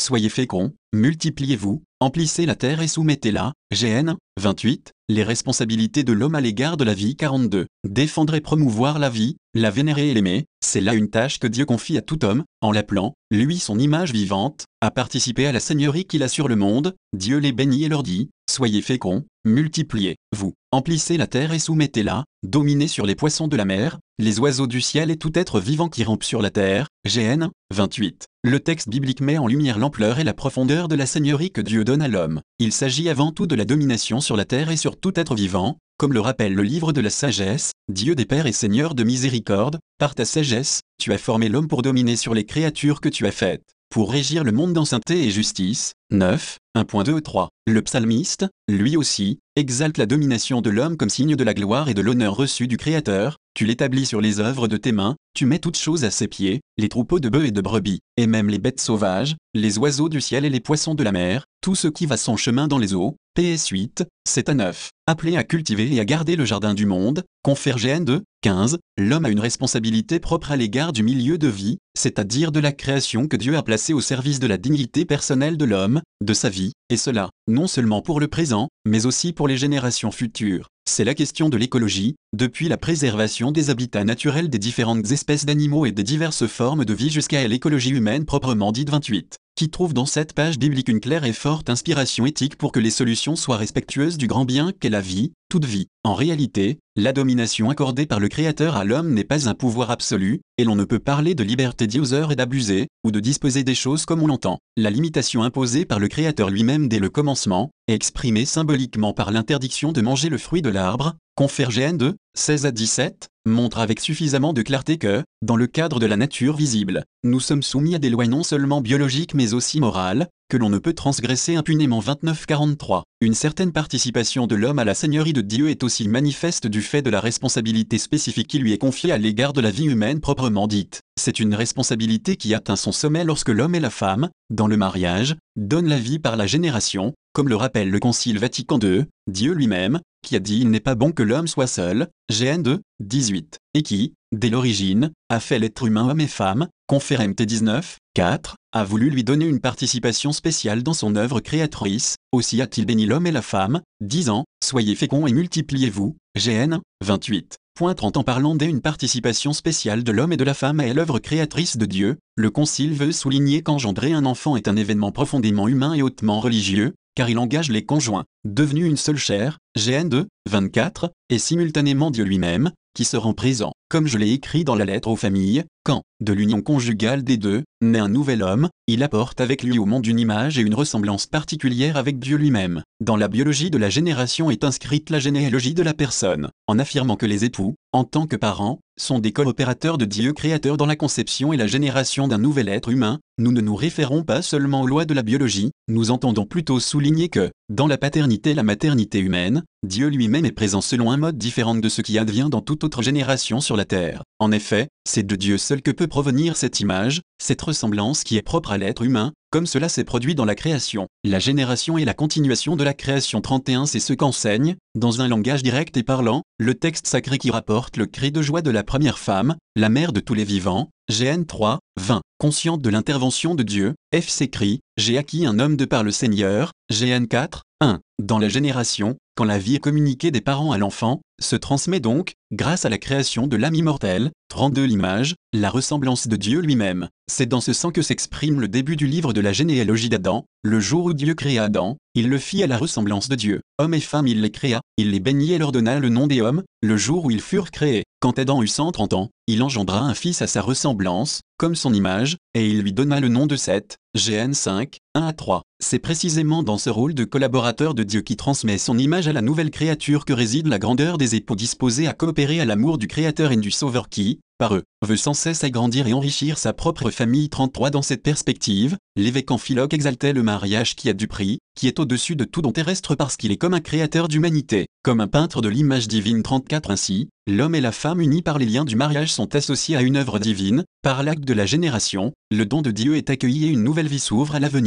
soyez féconds, multipliez-vous, emplissez la terre et soumettez-la. GN 28. Les responsabilités de l'homme à l'égard de la vie. 42. Défendre et promouvoir la vie, la vénérer et l'aimer, c'est là une tâche que Dieu confie à tout homme, en l'appelant, lui son image vivante, à participer à la seigneurie qu'il a sur le monde. Dieu les bénit et leur dit, soyez féconds, multipliez-vous, emplissez la terre et soumettez-la, dominez sur les poissons de la mer, les oiseaux du ciel et tout être vivant qui rampe sur la terre. GN 28. Le texte biblique met en lumière l'ampleur et la profondeur de la seigneurie que Dieu donne à l'homme. Il s'agit avant tout de la domination sur la terre et sur tout être vivant, comme le rappelle le livre de la sagesse, Dieu des pères et Seigneur de miséricorde, par ta sagesse, tu as formé l'homme pour dominer sur les créatures que tu as faites, pour régir le monde dans sainteté et justice. 9, 1.2-3. Le psalmiste, lui aussi, exalte la domination de l'homme comme signe de la gloire et de l'honneur reçu du Créateur. Tu l'établis sur les œuvres de tes mains, tu mets toutes choses à ses pieds, les troupeaux de bœufs et de brebis, et même les bêtes sauvages, les oiseaux du ciel et les poissons de la mer, tout ce qui va son chemin dans les eaux. PS 8, 7 à 9. Appelé à cultiver et à garder le jardin du monde, confère GN 2, 15, l'homme a une responsabilité propre à l'égard du milieu de vie, c'est-à-dire de la création que Dieu a placée au service de la dignité personnelle de l'homme, de sa vie, et cela, non seulement pour le présent, mais aussi pour les générations futures. C'est la question de l'écologie, depuis la préservation des habitats naturels des différentes espèces d'animaux et des diverses formes de vie jusqu'à l'écologie humaine proprement dite. 28, qui trouve dans cette page biblique une claire et forte inspiration éthique pour que les solutions soient respectueuses du grand bien qu'est la vie, toute vie. En réalité, la domination accordée par le Créateur à l'homme n'est pas un pouvoir absolu, et l'on ne peut parler de liberté d'user et d'abuser, ou de disposer des choses comme on l'entend. La limitation imposée par le Créateur lui-même dès le commencement, est exprimée symboliquement par l'interdiction de manger le fruit de l'arbre, confère GN 2, 16 à 17, montre avec suffisamment de clarté que, dans le cadre de la nature visible, nous sommes soumis à des lois non seulement biologiques mais aussi morales, que l'on ne peut transgresser impunément. 29-43. Une certaine participation de l'homme à la seigneurie de Dieu est aussi manifeste du fait de la responsabilité spécifique qui lui est confiée à l'égard de la vie humaine proprement dite. C'est une responsabilité qui atteint son sommet lorsque l'homme et la femme, dans le mariage, donnent la vie par la génération, comme le rappelle le Concile Vatican II, Dieu lui-même, qui a dit il n'est pas bon que l'homme soit seul, GN 2, 18, et qui, dès l'origine, a fait l'être humain homme et femme, confère MT 19, 4, a voulu lui donner une participation spéciale dans son œuvre créatrice, aussi a-t-il béni l'homme et la femme, disant, soyez féconds et multipliez-vous, GN 28. Point 30. En parlant d'une participation spéciale de l'homme et de la femme à l'œuvre créatrice de Dieu, le Concile veut souligner qu'engendrer un enfant est un événement profondément humain et hautement religieux, car il engage les conjoints, devenus une seule chair, GN 2, 24, et simultanément Dieu lui-même, qui se rend présent. Comme je l'ai écrit dans la lettre aux familles, quand, de l'union conjugale des deux, naît un nouvel homme, il apporte avec lui au monde une image et une ressemblance particulière avec Dieu lui-même. Dans la biologie de la génération est inscrite la généalogie de la personne, en affirmant que les époux, en tant que parents, sont des coopérateurs de Dieu créateur dans la conception et la génération d'un nouvel être humain. Nous ne nous référons pas seulement aux lois de la biologie, nous entendons plutôt souligner que, dans la paternité et la maternité humaine, Dieu lui-même est présent selon un mode différent de ce qui advient dans toute autre génération sur la terre. En effet, c'est de Dieu seul que peut provenir cette image, cette ressemblance qui est propre à l'être humain, comme cela s'est produit dans la création. La génération et la continuation de la création. 31. C'est ce qu'enseigne, dans un langage direct et parlant, le texte sacré qui rapporte le cri de joie de la première femme, la mère de tous les vivants, GN 3, 20. Consciente de l'intervention de Dieu, F s'écrit, j'ai acquis un homme de par le Seigneur, GN 4, 1. Dans la génération, quand la vie est communiquée des parents à l'enfant, se transmet donc, grâce à la création de l'âme immortelle. 32. L'image, la ressemblance de Dieu lui-même. C'est dans ce sens que s'exprime le début du livre de la généalogie d'Adam. Le jour où Dieu créa Adam, il le fit à la ressemblance de Dieu. Hommes et femmes il les créa, il les bénit et leur donna le nom des hommes, le jour où ils furent créés. Quand Adam eut 130 ans, il engendra un fils à sa ressemblance, comme son image, et il lui donna le nom de Seth. GN 5, 1 à 3. C'est précisément dans ce rôle de collaborateur de Dieu qui transmet son image à la nouvelle créature que réside la grandeur des époux disposés à coopérer à l'amour du Créateur et du Sauveur qui, par eux, veut sans cesse agrandir et enrichir sa propre famille. 33. Dans cette perspective, l'évêque Amphiloque exaltait le mariage qui a du prix, qui est au-dessus de tout don terrestre parce qu'il est comme un créateur d'humanité, comme un peintre de l'image divine. 34. Ainsi, l'homme et la femme unis par les liens du mariage sont associés à une œuvre divine, par l'acte de la génération, le don de Dieu est accueilli et une nouvelle vie s'ouvre à l'avenir.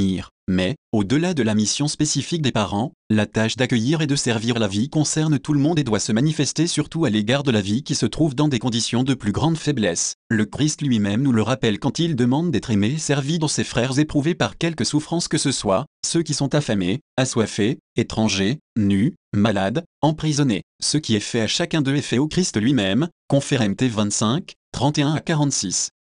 Mais, au-delà de la mission spécifique des parents, la tâche d'accueillir et de servir la vie concerne tout le monde et doit se manifester surtout à l'égard de la vie qui se trouve dans des conditions de plus grande faiblesse. Le Christ lui-même nous le rappelle quand il demande d'être aimé et servi dans ses frères éprouvés par quelque souffrance que ce soit, ceux qui sont affamés, assoiffés, étrangers, nus, malades, emprisonnés. Ce qui est fait à chacun d'eux est fait au Christ lui-même. Confère MT 25, 31 à 46.